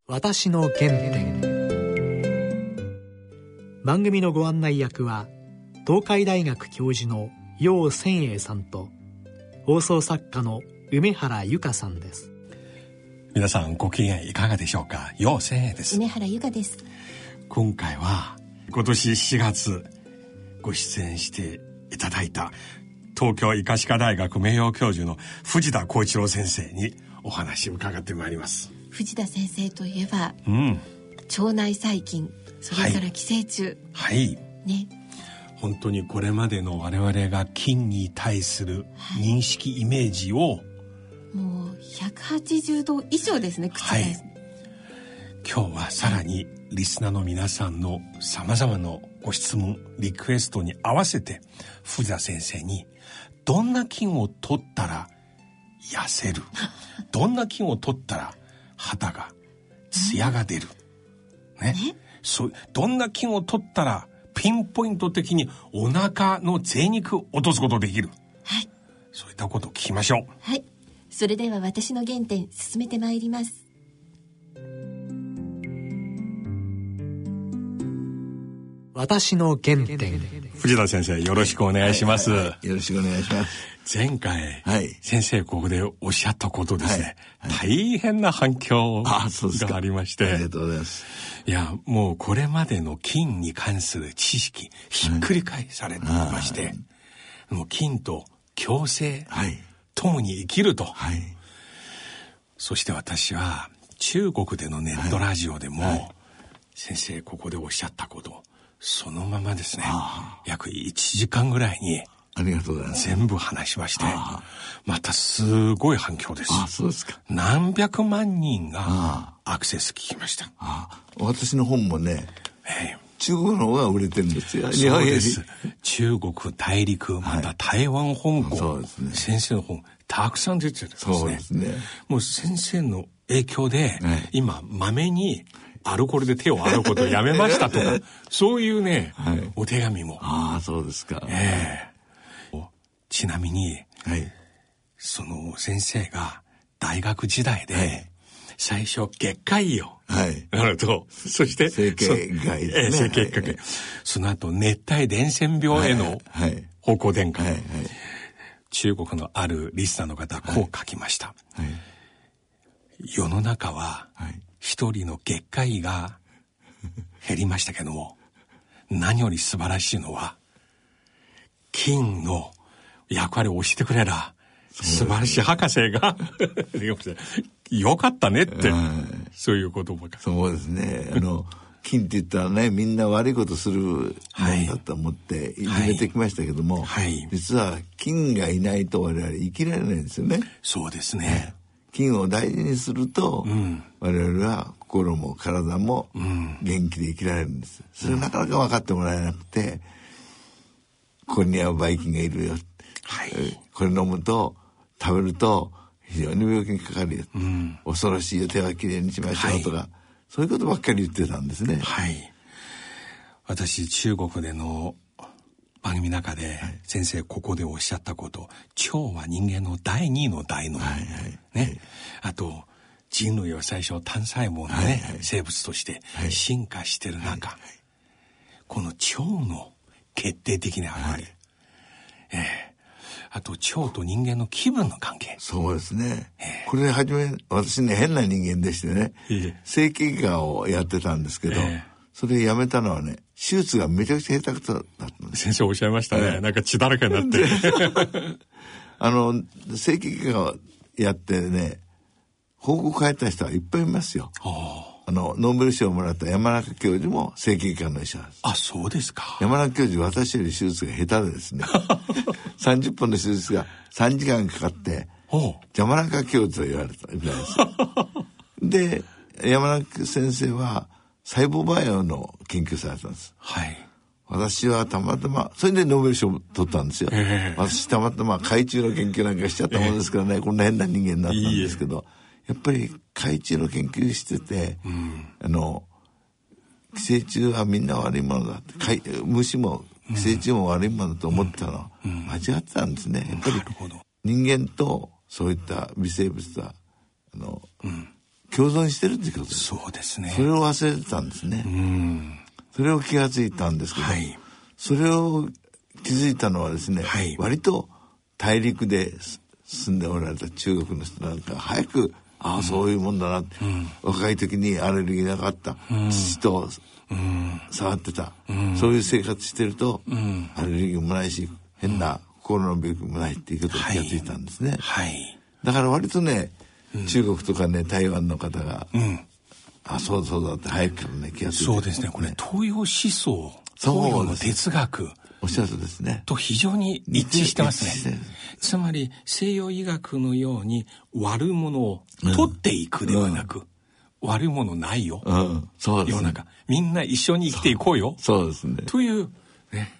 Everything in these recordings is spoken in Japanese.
私の原点。番組のご案内役は東海大学教授の楊千栄さんと放送作家の梅原由香さんです。 皆さんご機嫌いかがでしょうか。楊千栄です。 梅原由香です。 今回は今年4月ご出演していただいた東京医科歯科大学名誉教授の藤田浩一郎先生にお話を伺ってまいります。 藤田先生といえば、腸内細菌、それから寄生虫、ね、 本当にこれまでの我々が菌に対する認識イメージを、 もう180度以上ですね、覆す。 今日はさらにリスナーの皆さんのさまざまなご質問リクエストに合わせて藤田先生にどんな菌を取ったら痩せるどんな菌を取ったら肌がツヤが出る、そうどんな菌を取ったらピンポイント的にお腹の贅肉を落とすことできる、そういったことを聞きましょう。 それでは私の原点進めてまいります。 私の原点。 藤田先生、よろしくお願いします。 よろしくお願いします。 前回、先生ここでおっしゃったことですね、大変な反響がありまして、 ありがとうございます。 いや、もうこれまでの菌に関する知識ひっくり返されていまして、もう菌と共生、共に生きると、そして私は中国でのネットラジオでも、先生ここでおっしゃったことそのままですね、約1時間ぐらいにありがとうございます。 全部話しまして、またすごい反響です。 そうですか。 何百万人がアクセス聞きました。 私の本もね、中国の方が売れてるんですよ。 そうです。中国大陸、また台湾、香港、先生の本たくさん出てるんですね。 そうですね。 もう先生の影響で、今まめにアルコールで手を洗うことをやめましたとかそういうね、お手紙も。 そうですか。 ちなみに、その先生が大学時代で、最初結界よ、なると、そして整形外ですね、 整形外、その後熱帯伝染病への方向転換、中国のあるリスナーの方はこう書きました、世の中は一人の外科医が減りましたけども、何より素晴らしいのは菌の役割を教えてくれら素晴らしい博士がよかったねって、そういう言葉が。 そうですね。菌って言ったらね、みんな悪いことするもんだと思っていじめてきましたけども、実は菌がいないと我々生きられないんですよね。 そうですね。 菌を大事にすると、我々は心も体も元気で生きられるんです。それなかなか分かってもらえなくて、ここにはばい菌がいるよ、これ飲むと食べると非常に病気にかかるよ、恐ろしいよ、手はきれいにしましょうとか、そういうことばっかり言ってたんですね。 私中国での番組の中で、先生ここでおっしゃったこと、腸は人間の第二の大脳、あと人類は最初単細胞の生物として進化している中、この腸の決定的な役割、あと腸と人間の気分の関係。 そうですね。これ初め私ね、変な人間でしてね、整形外科をやってたんですけど、それやめたのはね、手術がめちゃくちゃ下手くそだったんです。 先生おっしゃいましたね、なんか血だらけになって整形外科をやってね、報告書いた人はいっぱいいますよ。ノーベル賞をもらった山中教授も整形外科の医者です。 そうですか。 山中教授、私より手術が下手でですね30分の手術が3時間かかって山中教授と言われたみたいですで、山中先生は細胞培養の研究されたんです。私はたまたまそれでノーベル賞を取ったんですよ。私たまたま海中の研究なんかしちゃったものですからね、こんな変な人間になったんですけど、やっぱり海中の研究してて、寄生虫はみんな悪いものだって、虫も寄生虫も悪いものだと思ってたのは間違ってたんですね。やっぱり人間とそういった微生物は共存してるってことです。 そうですね。 それを忘れてたんですね。それを気がついたんですけど、それを気づいたのはですね、割と大陸で住んでおられた中国の人なんか早くそういうもんだなって、若い時にアレルギーなかった、父と触ってた、そういう生活してると、アレルギーもないし変な心の病気もないっていうことを気がついたんですね。だから割とね、中国とかね台湾の方が、そうそうだって早くからね気がついて。 そうですね。これ東洋思想、東洋の哲学、 おっしゃるとですね。 と非常に一致してますね。つまり西洋医学のように悪者を取っていくではなく、悪いものないよ。 そうですね。 世の中みんな一緒に生きていこうよ。 そうですね。 というね。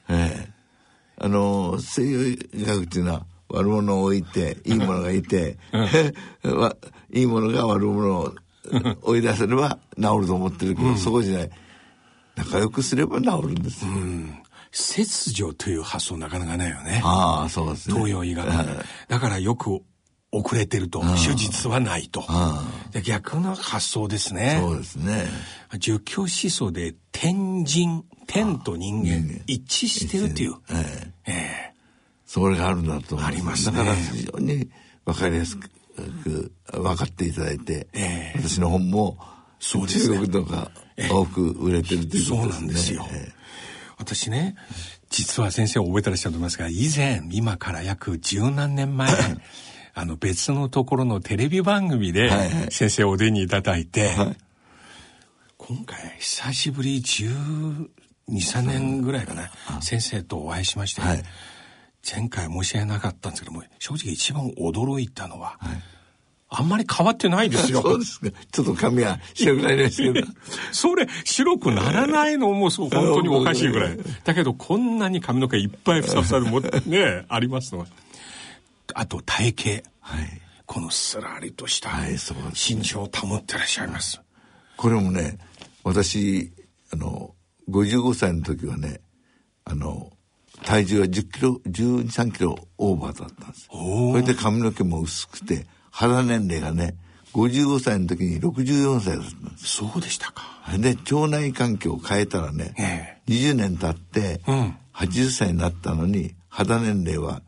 西洋医学っていうのは悪者を置いていいものがいて、いいものが悪者を追い出せれば治ると思ってるけど、そこじゃない。仲良くすれば治るんですよ。 切除という発想なかなかないよね。 そうですね。 東洋医学。だからよく遅れてると、手術はないと。逆の発想ですね。 そうですね。 儒教思想で天人、天と人間一致してるっていう。 それがあるんだと思います。 ありますね。 だから非常に分かりやすく分かっていただいて、私の本も中国とか多く売れてるということですね。そうなんですよ。 私ね、実は先生覚えてらっしゃると思いますが、以前、今から約十何年前、別のところのテレビ番組で先生お出にいただいて、今回久しぶり12、3年ぐらいかな、先生とお会いしまして、前回申し訳なかったんですけども、正直一番驚いたのは、あんまり変わってないですよ。 そうですね。ちょっと髪は白くなりましたけど。 それ、白くならないのも本当におかしいぐらい。だけど、こんなに髪の毛いっぱいふさふさでもね、ありますのは。あと、体型。このすらりとした身長を保ってらっしゃいます。 これもね、私、55歳の時はね、体重は10キロ、12、3キロオーバーだったんです。それで髪の毛も薄くて、肌年齢がね、55歳の時に64歳だったんです。 そうでしたか。 で、腸内環境を変えたらね、20年経って、80歳になったのに、肌年齢は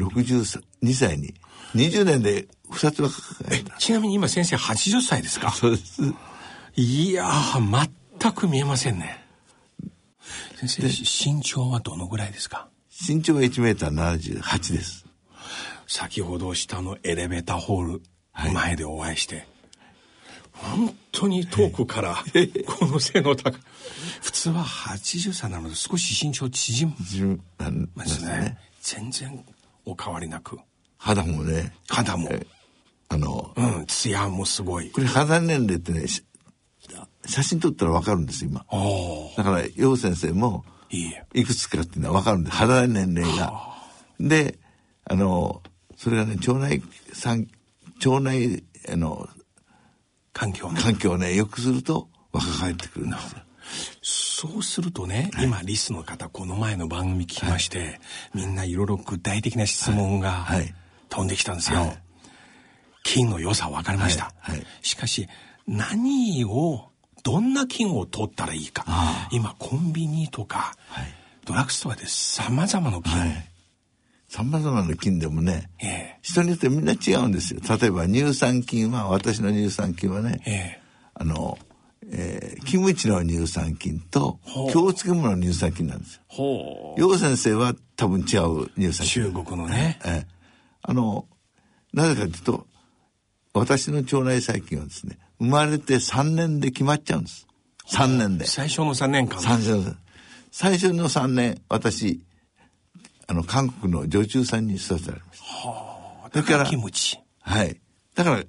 62歳に、20年で2つは変えた。 ちなみに今先生80歳ですか？ そうです。 いやー、全く見えませんね。先生、身長はどのぐらいですか？ 身長は1メーター78です。 先ほど下のエレベーターホール前でお会いして、本当に遠くからこの背の高い、普通は80歳なので少し身長縮ますね。全然お変わりなく。 肌もね。 肌も。ツヤもすごい。 これ肌年齢ってね、写真撮ったら分かるんです今。だから楊先生もいくつかっていうのは分かるんです。肌年齢が。で、それがね、腸内環境をね、良くすると若返ってくるんですよ。 そうするとね、今リスの方この前の番組聞きまして、みんないろいろ具体的な質問が飛んできたんですよ。菌の良さ分かりました。しかしどんな菌を取ったらいいか。今コンビニとか、ドラッグストアで様々な菌、 様々な菌でもね、人によってみんな違うんですよ。例えば乳酸菌は、私の乳酸菌はね、キムチの乳酸菌と京漬物の乳酸菌なんですよ。楊先生は多分違う乳酸菌。 中国のね。 なぜかというと、私の腸内細菌はですね、生まれて3年で決まっちゃうんです。3年で。 最初の3年間。 最初の3年、私、韓国の女中さんに育てられました。 だからキムチ。 だから、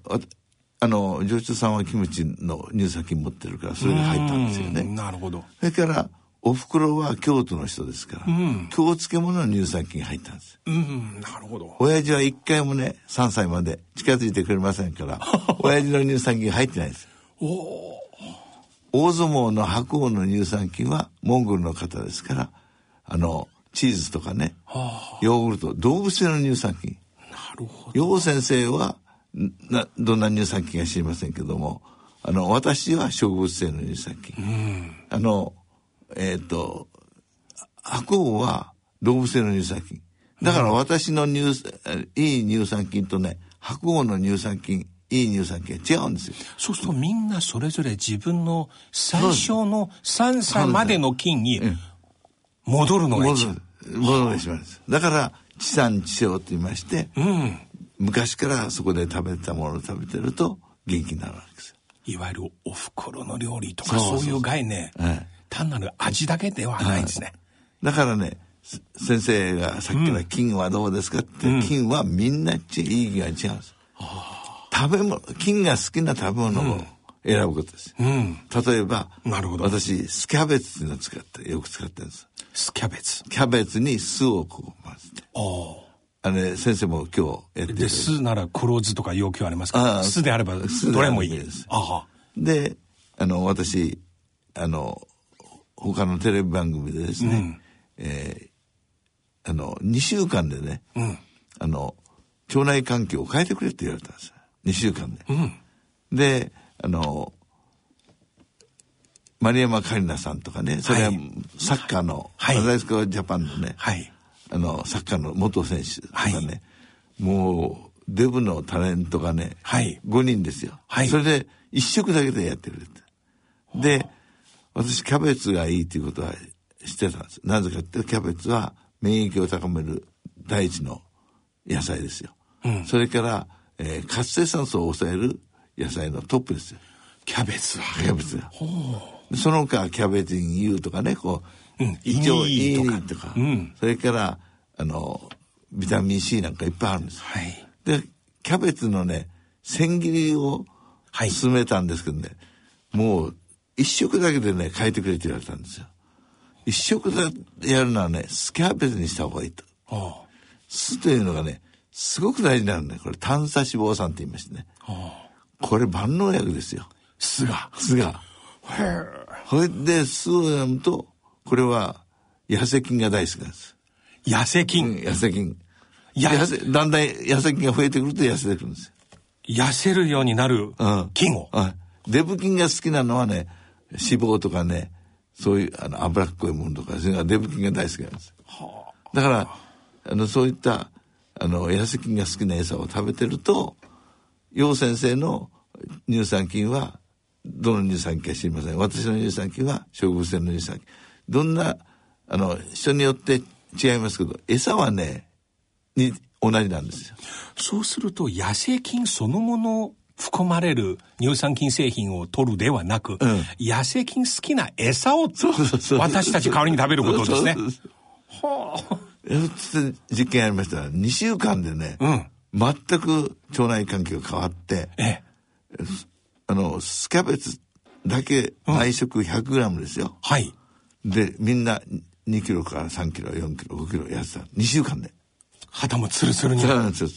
女中さんはキムチの乳酸菌持ってるから、それが入ったんですよね。 なるほど。 それから、お袋は京都の人ですから、京漬物の乳酸菌が入ったんです。 なるほど。 親父は一回もね、3歳まで近づいてくれませんから、親父の乳酸菌入ってないです。大相撲の白鵬の乳酸菌はモンゴルの方ですから、チーズとかね、ヨーグルト、動物性の乳酸菌。 なるほど。 楊先生はどんな乳酸菌か知りませんけども、 私は植物性の乳酸菌。白鳳は動物性の乳酸菌。だから私のいい乳酸菌とね、白鳳の乳酸菌、いい乳酸菌は違うんですよ。 そうするとみんなそれぞれ自分の最初の3歳までの菌に戻るのが一番。 戻るのが一番です。だから、地産地消と言いまして、昔からそこで食べたものを食べてると元気になるわけですよ。 いわゆるお袋の料理とかそういう概念、単なる味だけではないですね。 だからね、先生がさっきから菌はどうですかって、菌はみんないい菌が違うんです。菌が好きな食べ物を選ぶことです。例えば、 なるほど。 私、スキャベツっていうのをよく使ってるんです。 スキャベツ。 キャベツに酢をこう混ぜて。先生も今日やってで、酢なら黒酢とか要求ありますか？酢であればどれもいいです。 で、私、他のテレビ番組でですね、2週間でね、腸内環境を変えてくれって言われたんですよ。2週間で。で、丸山桂里奈さんとかね、それはサッカーの、アザイスコジャパンのね、サッカーの元選手とかね、もう、デブのタレントがね、5人ですよ。それで、1食だけでやってくれて。で、私、キャベツがいいということは知ってたんです。なぜかってキャベツは免疫を高める第一の野菜ですよ。それから、活性酸素を抑える野菜のトップですよ。 キャベツは。 その他、キャベツに U とかね、胃腸とか、それから、ビタミン C なんかいっぱいあるんです。で、キャベツのね、千切りを進めたんですけどね、もう、一食だけでね、変えてくれって言われたんですよ。一食でやるのはね、スキャベツにした方がいいと。酢というのがね、すごく大事なんだよ。これ、短鎖脂肪酸って言いましてね。これ、万能薬ですよ。 酢が。 それで、酢を飲むと、これは、痩せ菌が大好きなんです。 痩せ菌。 痩せ菌。だんだん痩せ菌が増えてくると痩せてくるんですよ。 痩せるようになる菌を。 デブ菌が好きなのはね、脂肪とかね、そういう脂っこいものとか、そういうのはデブ菌が大好きなんです。だから、そういった、痩せ菌が好きな餌を食べてると、楊先生の乳酸菌は、どの乳酸菌か知りません。私の乳酸菌は植物性の乳酸菌。どんな、人によって違いますけど、餌はね、同じなんですよ。 そうすると、野生菌そのもの含まれる乳酸菌製品を取るではなく、野生菌好きな餌を私たち代わりに食べることですね。 実験やりましたら、2週間でね、全く腸内環境が変わって、スキャベツだけ毎食 100g ですよ。で、みんな2キロから3キロ、4キロ、5キロ痩せた。2週間で。 肌もツルツルに。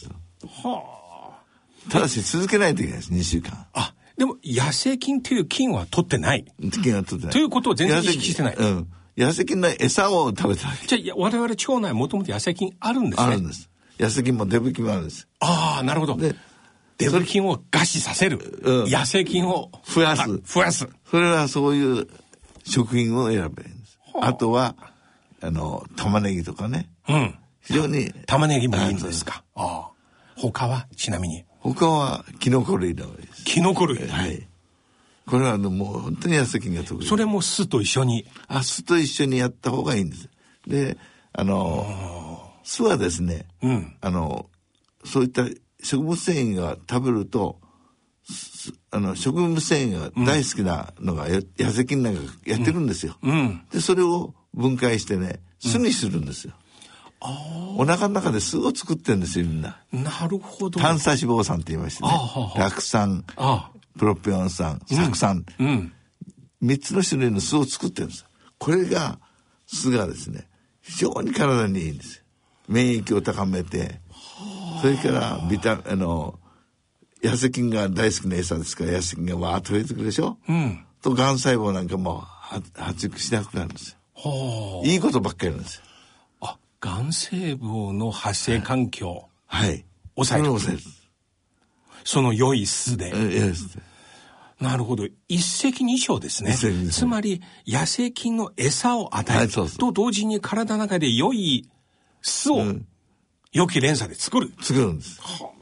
ただし続けないといけないです、2週間。 でも、野生菌という菌は取ってない。 菌は取ってない。 ということを全然意識してない。 野生菌の餌を食べたい。 じゃあ、我々腸内もともと野生菌あるんですね。 あるんです。野生菌もデブ菌もあるんです。 なるほど。で、デブ菌を餓死させる。野生菌を増やす。それはそういう食品を選べるんです。あとは、玉ねぎとかね。非常に。 玉ねぎもいいんですか。他はちなみに。 他はキノコ類の多いです。 キノコ類。 これはもう本当に野生菌が得意。 それも酢と一緒に。 酢と一緒にやった方がいいんです。で、酢はですね、そういった植物繊維が食べると、植物繊維が大好きなのが野生菌なんかやってるんですよ。で、それを分解してね、酢にするんですよ。お腹の中で酢を作ってるんですよ、みんな。 なるほど。 短鎖脂肪酸って言いましてね。酪酸、プロピオン酸、酢酸。3つの種類の酢を作ってるんです。これが、酢がですね、非常に体にいいんですよ。免疫を高めて、それから野生菌が大好きな餌ですから、野生菌がわーっと増えてくるでしょ。と、癌細胞なんかも発育しなくなるんですよ。いいことばっかりなんですよ。 癌細胞の発生環境。 抑える。 その良い酢で。 なるほど。一石二鳥ですね。つまり、野生菌の餌を与えると同時に体の中で良い巣を、良き連鎖で作るんです。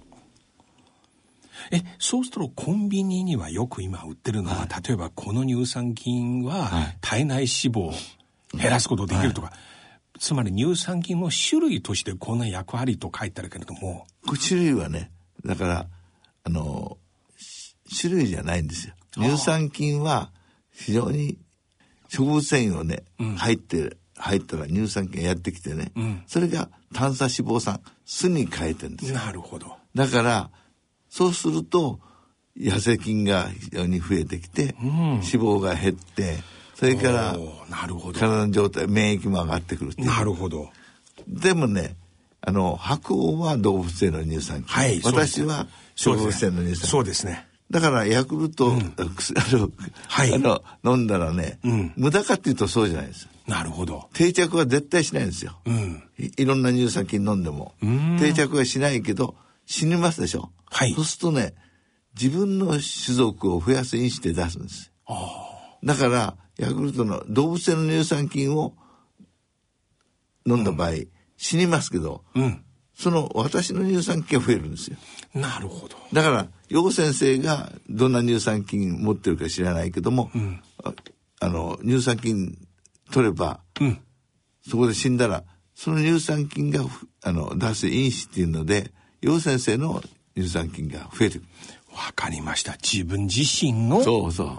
そうするとコンビニにはよく今売ってるのは、例えばこの乳酸菌は体内脂肪を減らすことができるとか、つまり乳酸菌の種類としてこんな役割と書いてあるけれども。 種類はね、だから、種類じゃないんですよ。乳酸菌は非常に植物繊維をね、入ったら乳酸菌がやってきてね、それが短鎖脂肪酸、酢に変えてるんですよ。 なるほど。 だから、そうすると、痩せ菌が非常に増えてきて、脂肪が減って、それから、体の状態、免疫も上がってくるっていう。 なるほど。 でもね、白黄は動物性の乳酸菌。私は植物性の乳酸菌。 そうですね。 だからヤクルト、飲んだらね、無駄かっていうとそうじゃないです。 なるほど。 定着は絶対しないんですよ。いろんな乳酸菌飲んでも。定着はしないけど、死にますでしょ。そうするとね、自分の種族を増やす因子で出すんです。だから、ヤクルトの動物性の乳酸菌を飲んだ場合、死にますけど、その私の乳酸菌が増えるんですよ。 なるほど。 だから楊先生がどんな乳酸菌持ってるか知らないけども、乳酸菌取れば、そこで死んだらその乳酸菌が出す因子っていうので楊先生の乳酸菌が増える。 わかりました。自分自身の。 そうそう。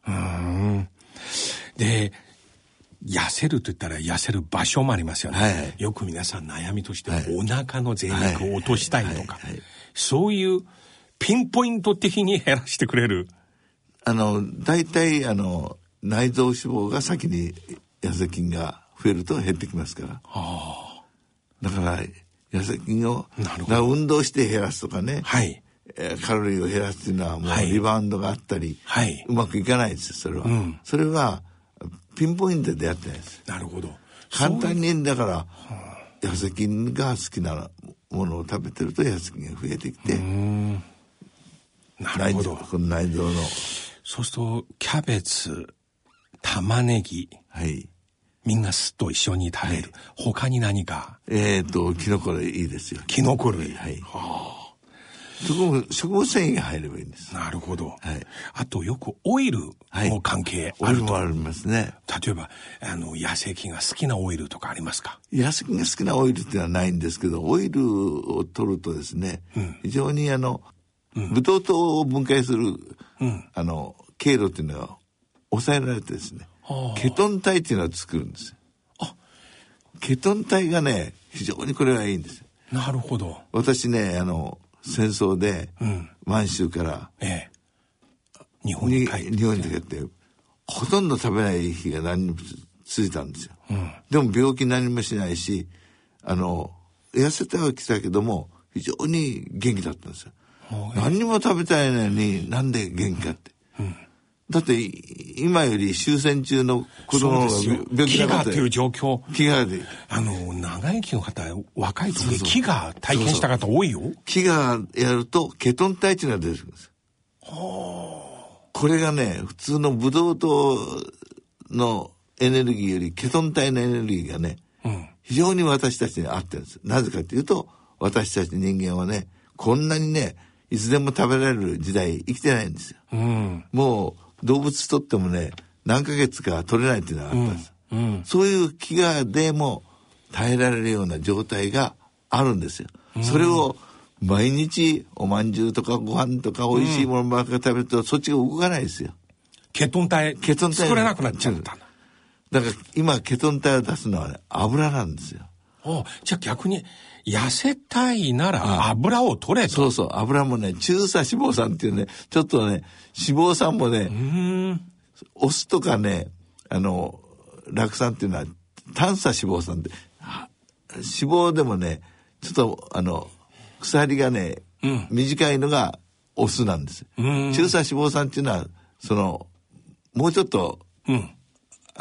で、痩せると言ったら痩せる場所もありますよね。よく皆さん悩みとして、お腹の贅肉を落としたいとか、そういうピンポイント的に減らしてくれる。 大体内臓脂肪が先に痩せ菌が増えると減ってきますから。だから痩せ菌を運動して減らすとかね。カロリーを減らすっていうのはもうリバウンドがあったり、うまくいかないですよ、それは。それはピンポイントでやってないです。 なるほど。 簡単にだから痩せ菌が好きなものを食べてると痩せ菌が増えてきて、 なるほど。 この内臓の。 そうするとキャベツ、玉ねぎ、みんな酢と一緒に食べる。他に何か。 キノコ類いいですよ。 キノコ類。 そこも植物繊維が入ればいいんです。 なるほど。あとよくオイルの関係あると。オイルもありますね。 例えば野生菌が好きなオイルとかありますか？ 野生菌が好きなオイルっていうのはないんですけど、オイルを取るとですね、非常にブドウ糖を分解する経路っていうのが抑えられてですね、ケトン体っていうのを作るんですよ。ケトン体がね、非常にこれはいいんですよ。 なるほど。 私ね、戦争で、満州から、 日本に帰って、ほとんど食べない日が何にも続いたんですよ。でも病気何もしないし、痩せてはきたけども、非常に元気だったんですよ。何にも食べたいのになんで元気かって。だって今より終戦中の子供が病気だから飢餓という状況。 飢餓で長生きの方若い時飢餓体験した方多いよ。 飢餓やるとケトン体っていうのが出てくるんです。これがね、普通のブドウ糖のエネルギーよりケトン体のエネルギーがね、非常に私たちに合ってるんです。なぜかというと、私たち人間はね、こんなにね、いつでも食べられる時代生きてないんですよ。もう動物とってもね、何ヶ月か取れないっていうのがあったんです。そういう飢餓でも耐えられるような状態があるんですよ。それを毎日おまんじゅうとかご飯とか美味しいものばっかり食べると、そっちが動かないですよ。 ケトン体作れなくなっちゃった。 だから今ケトン体を出すのはね、油なんですよ。 じゃあ逆に痩せたいなら油を取れと。 そうそう、油もね、中鎖脂肪酸っていうね、ちょっとね、脂肪酸もね、お酢とかね、酪酸っていうのは短鎖脂肪酸で、脂肪でもね、ちょっと鎖がね、短いのがお酢なんです。中鎖脂肪酸っていうのはもうちょっと、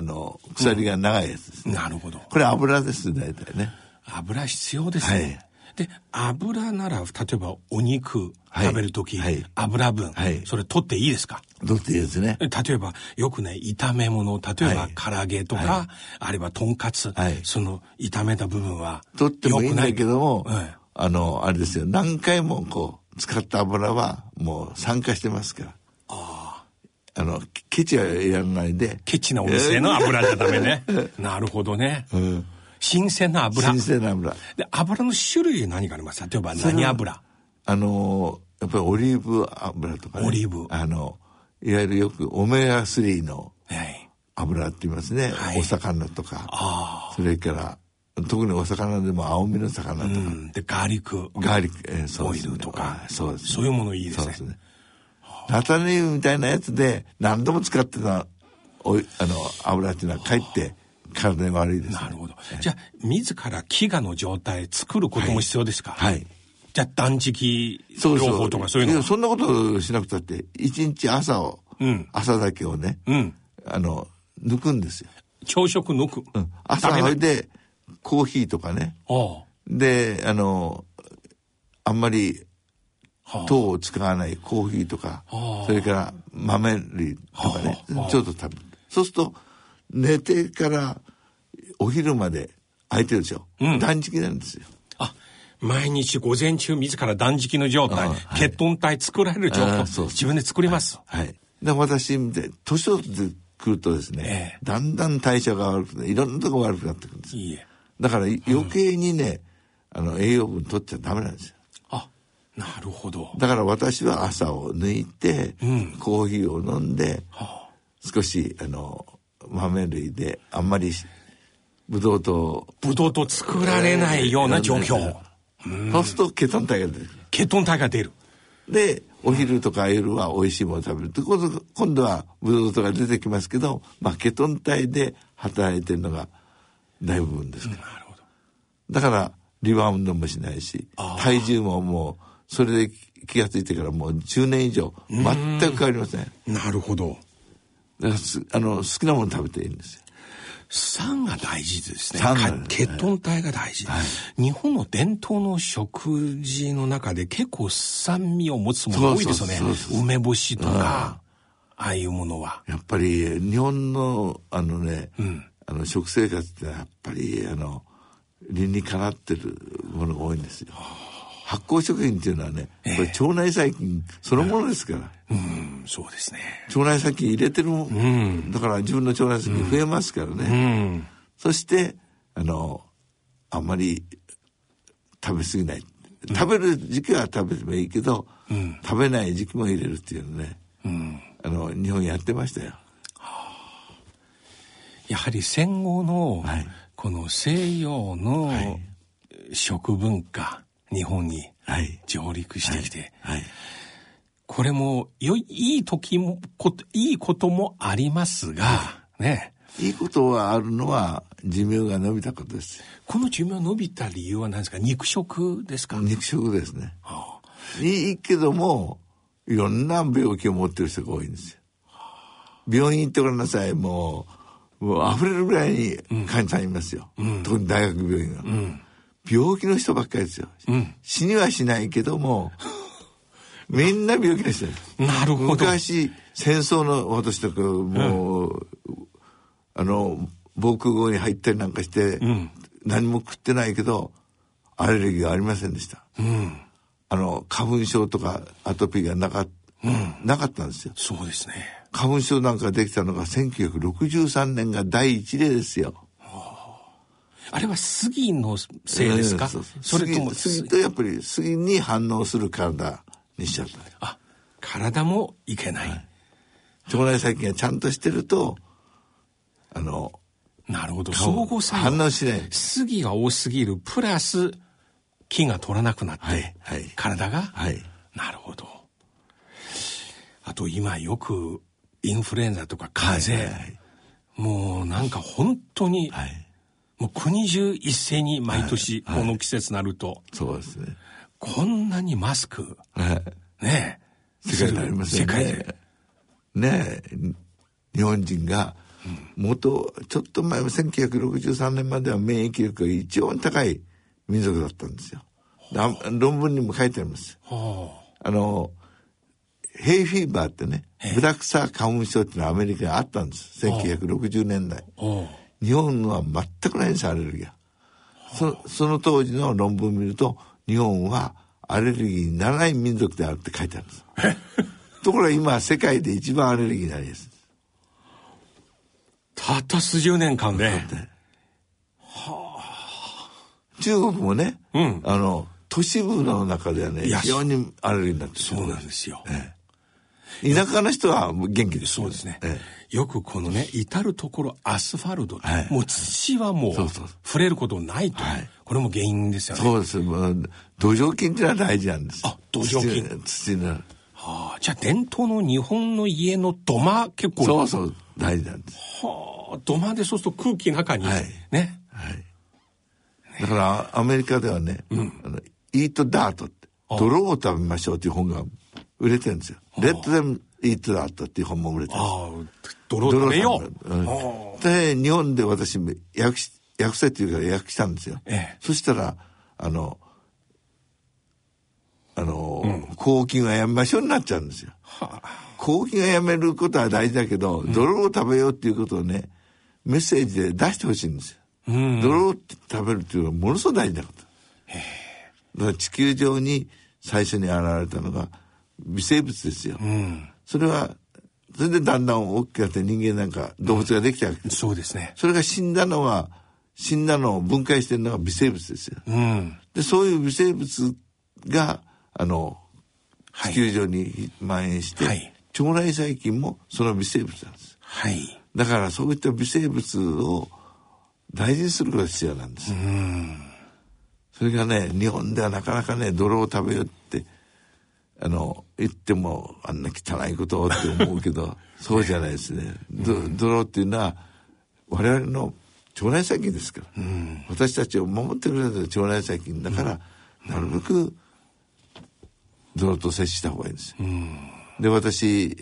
鎖が長いやつですね。 なるほど。 これ油です、大体ね。 油必要ですね。 で、油なら、例えばお肉食べるとき、油分、それ取っていいですか？ 取っていいですね。 例えば、よくね、炒め物、例えば唐揚げとか、あればとんかつ、その炒めた部分は取ってもいいんだけども、あれですよ、何回も使った油はもう酸化してますから。ケチはやらないで。 ケチなお店の油じゃダメね。なるほどね。新鮮な油。 新鮮な油。 で、油の種類何があります？例えば何油？やっぱりオリーブ油とかね。 オリーブ。 いわゆるよくオメガ3の油って言いますね。お魚とか。それから、特にお魚でも青身の魚とか。 で、ガーリック。オイルとか。そうです。そういうものいいですね。そうですね。 菜種油みたいなやつで何度も使ってた油っていうのはかえって体に悪いです、ね。 なるほど。じゃあ、自ら飢餓の状態作ることも必要ですか？ はい。 じゃあ、断食療法とかそういうの？ そんなことしなくたって、一日朝だけをね、抜くんですよ。 朝食抜く？ 朝で、コーヒーとかね。で、あんまり、糖を使わないコーヒーとか、それから豆類とかね、ちょっと食べる。そうすると、寝てからお昼まで空いてるでしょ。断食なんですよ。 毎日午前中自ら断食の状態、血糖体作られる状態、自分で作ります。 で、私みたいに、年を取ってくるとですね、だんだん代謝が悪くて、いろんなとこ悪くなってくるんです。だから余計にね、栄養分取っちゃダメなんですよ。 なるほど。 だから私は朝を抜いて、コーヒーを飲んで、少し豆類であんまりブドウ糖作られないような状況。 そうするとケトン体が出る。 ケトン体が出る。 で、お昼とか夜は美味しいものを食べると、今度はブドウ糖が出てきますけど、ケトン体で働いてるのが大部分ですから。なるほど。だからリバウンドもしないし、体重ももうそれで気がついてからもう10年以上全く変わりません。 なるほど。 だから好きなもの食べていいんですよ。 酸が大事ですね。血糖体が大事、日本の伝統の食事の中で結構酸味を持つもの多いですよね。梅干しとか、ああいうものは。 やっぱり日本の食生活ってやっぱり理にかなってるものが多いんですよ。発酵食品っていうのはね、これ腸内細菌そのものですから。 そうですね。 腸内細菌入れてるもん。だから自分の腸内細菌増えますからね。そして、あんまり食べ過ぎない。食べる時期は食べてもいいけど、食べない時期も入れるっていうのね。日本やってましたよ。 やはり戦後の、この西洋の食文化、日本に上陸してきて、これもいい時もいいこともありますが、ね。 いいことはあるのは寿命が伸びたことです。 この寿命伸びた理由は何ですか？肉食ですか？ 肉食ですね。いいけどもいろんな病気を持ってる人が多いんですよ。病院行ってごらんなさい。もう溢れるぐらいに患者さんいますよ。特に大学病院が。病気の人ばっかりですよ。死にはしないけども、みんな病気の人です。 なるほど。 昔、戦争の私とか、もう、防空壕に入ったりなんかして、何も食ってないけど、アレルギーがありませんでした。花粉症とかアトピーがなかったんですよ。 そうですね。 花粉症なんかできたのが1963年が第一例ですよ。 あれは杉のせいですか？ それとも杉とやっぱり杉に反応する体にしちゃった。 体もいけない。 腸内細菌がちゃんとしてるとなるほど。相互作用。 反応しない。 杉が多すぎるプラス菌が取らなくなって、体が、なるほど。あと今よくインフルエンザとか風邪、もうなんか本当に、もう国中一斉に毎年この季節になると、 そうですね。 こんなにマスク、ねえ、世界になりますよね。世界でねえ、日本人がちょっと前は1963年までは免疫力が一番高い民族だったんですよ。 論文にも書いてあります。ヘイフィーバーってね、ブラクサ花粉症っていうのはアメリカにあったんです。1960年代。日本は全くないんです、アレルギーは。その当時の論文を見ると、日本はアレルギーにならない民族であるって書いてあるんです。ところが今、世界で一番アレルギーになりです。 たった数十年間で。 中国もね、都市部の中ではね、非常にアレルギーになってる。 そうなんですよ。 田舎の人は元気です。 そうですね。よくこのね、至るところアスファルト、もう土はもう触れることないと、これも原因ですよね。 そうです。土壌菌っていうのは大事なんです。 土壌菌。 土になる。 じゃあ伝統の日本の家の土間結構。 そう大事なんです。 土間でそうすると空気の中にね。 だからアメリカではね、イートダートって泥を食べましょうっていう本が売れてるんですよ。レッドデムイートダートっていう本も売れてるんです。 泥を食べよう。 で日本で私訳せっていうから訳したんですよ。そしたら抗菌はやめましょうになっちゃうんですよ。抗菌はやめることは大事だけど、泥を食べようっていうことをね、メッセージで出してほしいんですよ。泥を食べるっていうのはものすごく大事なこと。だから地球上に最初に現れたのが微生物ですよ。それでだんだん大きくなって人間なんか動物ができたわけです。 そうですね。 それが死んだのを分解してるのが微生物ですよ。でそういう微生物が地球上に蔓延して、腸内細菌もその微生物なんです。だからそういった微生物を大事にすることが必要なんです。それがね、日本ではなかなかね、泥を食べようって言ってもあんな汚いことをって思うけどそうじゃないですね。泥っていうのは我々の腸内細菌ですから、私たちを守ってくれる腸内細菌だから、なるべく泥と接した方がいいんですよ。で私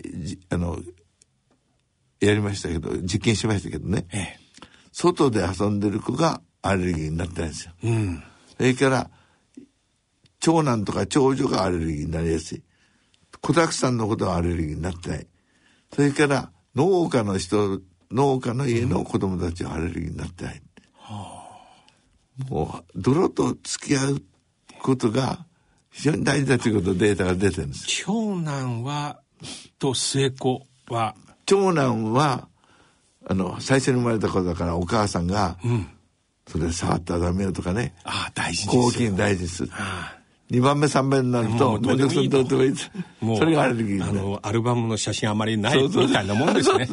やりましたけど、実験しましたけどね、外で遊んでる子がアレルギーになってないんですよ。それから長男とか長女がアレルギーになりやすい。子だくさんのことはアレルギーになってない。それから農家の家の子供たちはアレルギーになってない。もう泥と付き合うことが非常に大事だということでデータが出てるんです。 長男と末っ子は、 長男は最初に生まれた子だからお母さんが、それ触ったらダメよとかね、 大事ですよ。 抗菌大事です。2番目3番目になるとめんどくさいとか言って、それがアレルギーになる。 アルバムの写真あまりないみたいなもんですね。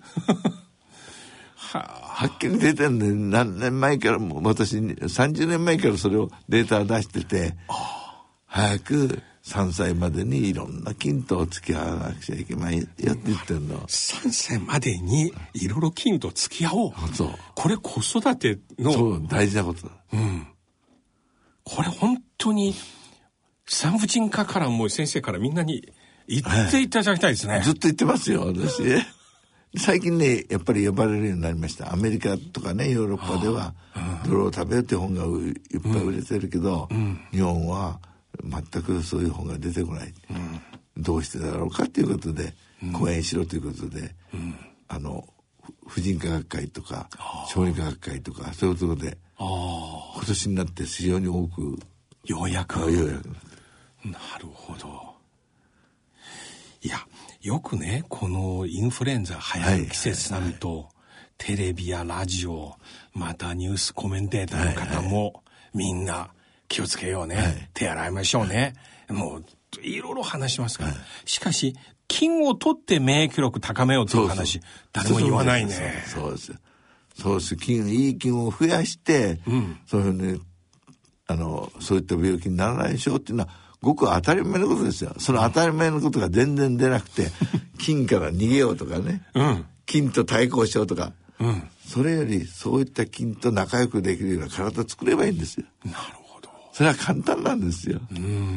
はっきり出てるんで、何年前からも私30年前からそれをデータを出してて、早く3歳までにいろんな菌と付き合わなくちゃいけないよって言ってるの。 3歳までにいろいろ菌と付き合おう。これ子育ての。 そう大事なことだ。 これ本当に産婦人科からも先生からみんなに言っていただきたいですね。 ずっと言ってますよ私。最近ねやっぱり呼ばれるようになりました。アメリカとかねヨーロッパでは泥を食べようって本がいっぱい売れてるけど、日本は全くそういう本が出てこない、どうしてだろうかということで、講演しろということで、婦人科学会とか小児科学会とかそういうことで今年になって非常に多くようやくなるほど。いやよくねこのインフルエンザ流行る季節になると、テレビやラジオまたニュースコメンテーターの方も、みんな気をつけようね、手洗いましょうね、もういろいろ話しますから、しかし菌を取って免疫力高めようという話誰も言わないね。 そうですいい菌を増やして、そういうふうにそういった病気にならないでしょうっていうのはごく当たり前のことですよ。その当たり前のことが全然出なくて菌から逃げようとかね、菌と対抗しようとか、それよりそういった菌と仲良くできるような体作ればいいんですよ。 なるほど。 それは簡単なんですよ。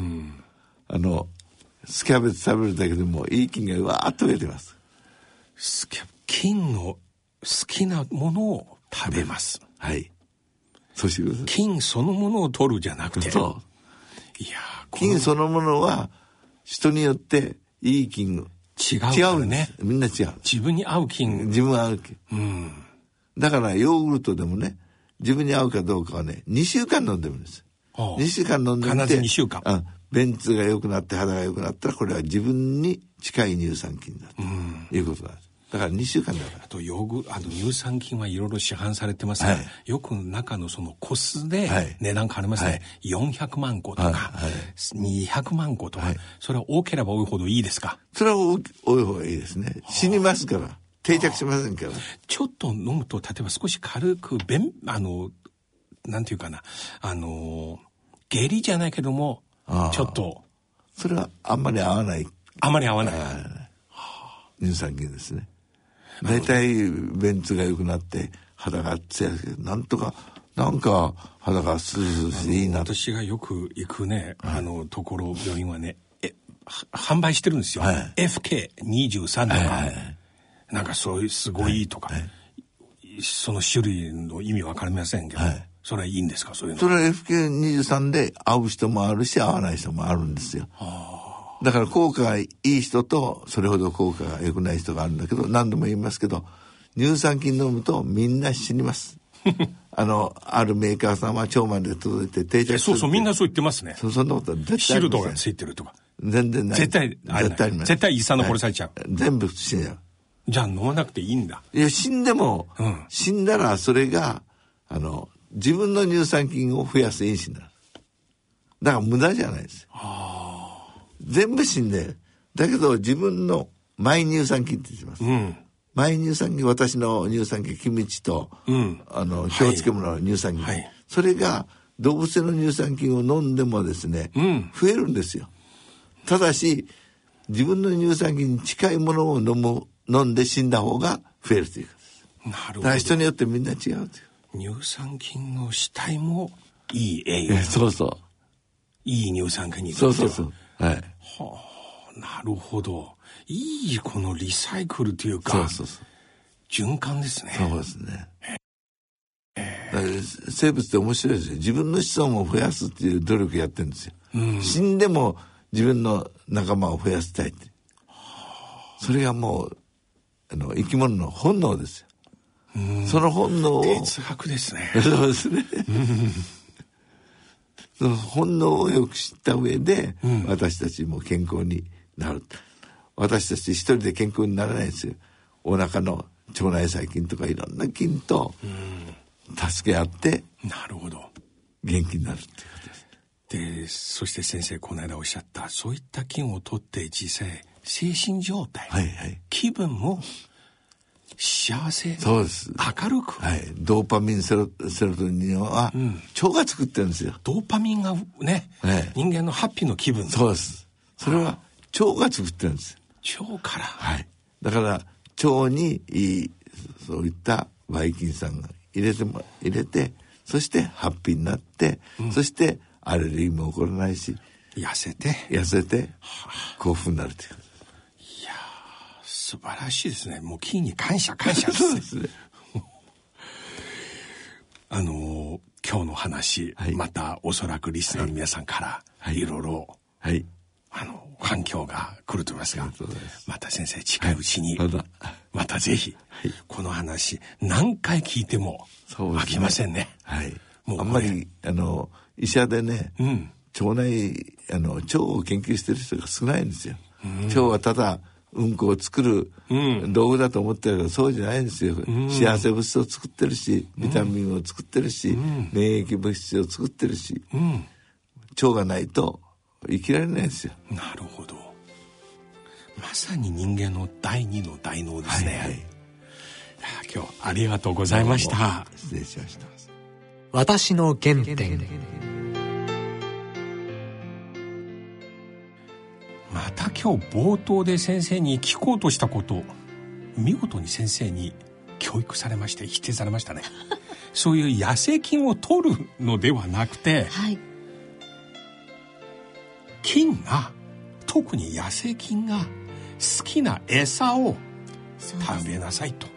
スキャベツ食べるだけでもいい菌がわーっと増えてます。 菌の好きなものを食べます。 そうしてください。 菌そのものを取るじゃなくて。 いや菌そのものは人によっていい菌違うね。 みんな違う。 自分に合う菌。 自分に合う菌。だからヨーグルトでもね、自分に合うかどうかはね、2週間飲んでるんです。2週間飲んでみて、 必ず2週間。 便通が良くなって肌が良くなったら、これは自分に近い乳酸菌だということなんです。だから2週間だから。 あと乳酸菌はいろいろ市販されてますが、よく中のその個数で値段変わりますね。400万個とか、200万個とか、それは多ければ多いほどいいですか？ それは多い方がいいですね。死にますから。定着しませんから。 ちょっと飲むと、例えば少し軽くなんていうかな、下痢じゃないけども、ちょっと。 それはあんまり合わない。 あんまり合わない。 乳酸菌ですね。だいたい便通が良くなって肌がつやすく、なんか肌がスースーしていいな。 私がよく行くね、ところ病院はね、販売してるんですよ。FK23 とか、なんかそういうすごいとか、その種類の意味わかりませんけど、それはいいんですか？そういうの。 それは FK23 で合う人もあるし合わない人もあるんですよ。だから効果がいい人とそれほど効果が良くない人があるんだけど、何度も言いますけど、乳酸菌飲むとみんな死にます。あるメーカーさんは腸まで届いて定着する。 そうそう、みんなそう言ってますね。 そんなことは絶対シールドがついてるとか。 全然ない。 絶対あります。絶対胃酸の殺されちゃう。 全部死んじゃう。 じゃあ飲まなくていいんだ。 いや、死んでも、死んだらそれが自分の乳酸菌を増やす因子になる。だから無駄じゃないですよ。全部死んで、だけど自分のマイ乳酸菌って言ってます。マイ乳酸菌、私の乳酸菌、キムチと、京漬物の乳酸菌、それが動物性の乳酸菌を飲んでもですね、増えるんですよ。ただし、自分の乳酸菌に近いものを飲んで死んだ方が増えるというか。 なるほど。 だから人によってみんな違うという。 乳酸菌の死体もいい栄養。 そうそう。 いい乳酸菌に。 そう。はい。 なるほど。いいこのリサイクルというか、循環ですね。 そうですね。生物って面白いですよ。自分の子孫を増やすっていう努力やってるんですよ。死んでも自分の仲間を増やしたいって。それがもう生き物の本能ですよ。その本能を哲学ですね。 そうですね。その本能をよく知った上で、私たちも健康になる。私たち一人で健康にならないですよ。お腹の腸内細菌とかいろんな菌と助け合って、 なるほど、 元気になるっていうことです。で、そして先生この間おっしゃったそういった菌を取って実際精神状態、気分も幸せ、 そうです、 明るく、 ドーパミンセロトニンは腸が作ってるんですよ。 ドーパミンがね、人間のハッピーの気分。 そうです。それは腸が作ってるんです。 腸から。 だから腸にそういったばい菌さんが入れて、そしてハッピーになって、そしてアレルギーも起こらないし、 痩せて幸福になるという。 いやー、素晴らしいですね。もう菌に感謝ですね。 そうですね。 今日の話、またおそらくリスナーの皆さんからいろいろ反響が来ると思いますが、また先生近いうちに、またぜひ、この話何回聞いても飽きませんね。 もうあんまり医者でね、腸内腸を研究してる人が少ないんですよ。腸はただうんこを作る道具だと思ってるけど、そうじゃないんですよ。幸せ物質を作ってるし、ビタミンを作ってるし、免疫物質を作ってるし、腸がないと生きられないんですよ。 なるほど。まさに人間の第二の大脳ですね。今日ありがとうございました。 失礼しました。 私の原点。 また今日冒頭で先生に聞こうとしたこと、見事に先生に教育されまして否定されましたね。そういう野生菌を取るのではなくて、菌が、特に野生菌が好きな餌を食べなさいと。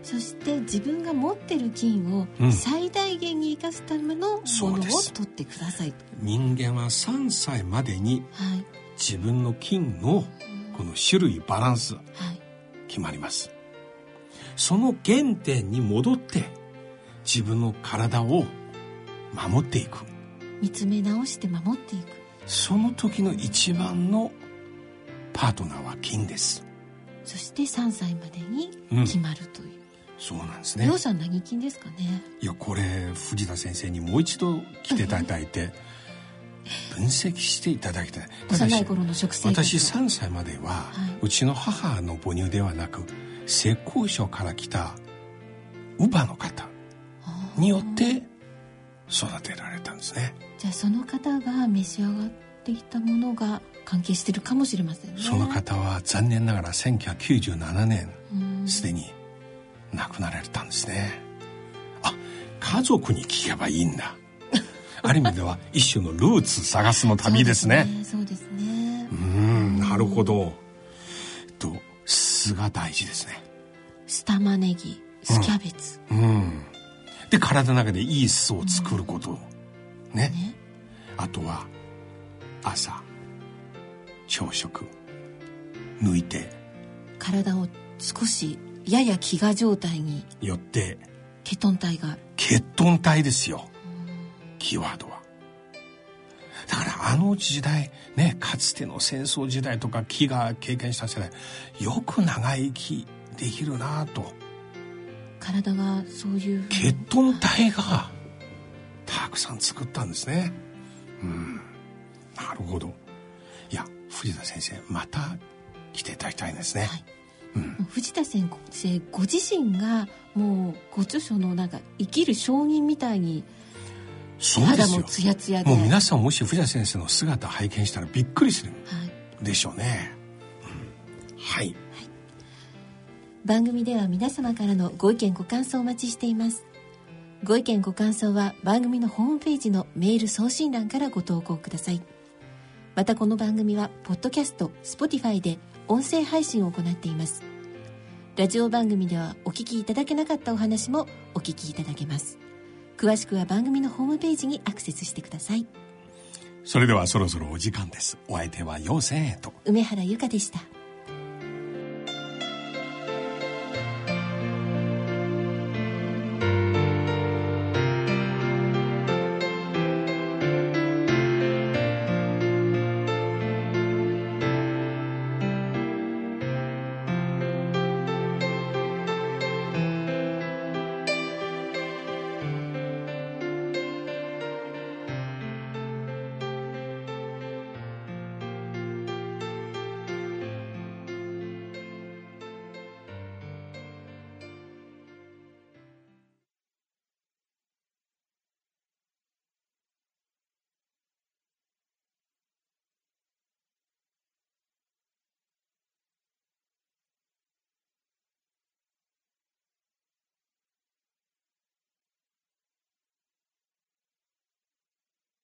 そして自分が持ってる金を最大限に生かすためのものを取ってくださいと。 人間は3歳までに自分の金のこの種類バランス決まります、その原点に戻って自分の体を守っていく、 見つめ直して守っていく、 その時の一番のパートナーは金です。 そして3歳までに決まるという、 そうなんですね。 りょうさん何金ですかね。 いや、これ藤田先生にもう一度来ていただいて分析していただきたい。 幼い頃の食生活、 私3歳までは、うちの母の母乳ではなく浙江省から来た乳母の方によって育てられたんですね。 じゃあその方が召し上がっていたものが関係してるかもしれませんね。 その方は残念ながら1997年すでに亡くなられたんですね。あ、家族に聞けばいいんだある意味では一種のルーツ探すの旅ですね。 そうですね。 なるほど。酢が大事ですね。 酢玉ねぎ、酢キャベツ、 で体の中でいい酢を作ること、ね。あとは朝朝食抜いて体を少しやや飢餓状態によってケトン体ですよ、キーワードは。だからあの時代ね、かつての戦争時代とか飢餓経験した世代よく長生きできるなと。 体がそういうケトン体がたくさん作ったんですね。なるほど。いや、藤田先生また来ていただきたいですね、 藤田先生ご自身がもうご著書のなんか生きる証人みたいに肌もツヤツヤで、 もう皆さんもし藤田先生の姿を拝見したらびっくりするでしょうね、はい、 番組では皆様からのご意見ご感想をお待ちしています。ご意見ご感想は番組のホームページのメール送信欄からご投稿ください。またこの番組はポッドキャスト、Spotify で音声配信を行っています。ラジオ番組ではお聞きいただけなかったお話もお聞きいただけます。詳しくは番組のホームページにアクセスしてください。 それではそろそろお時間です。お相手は陽千恵と梅原由香でした。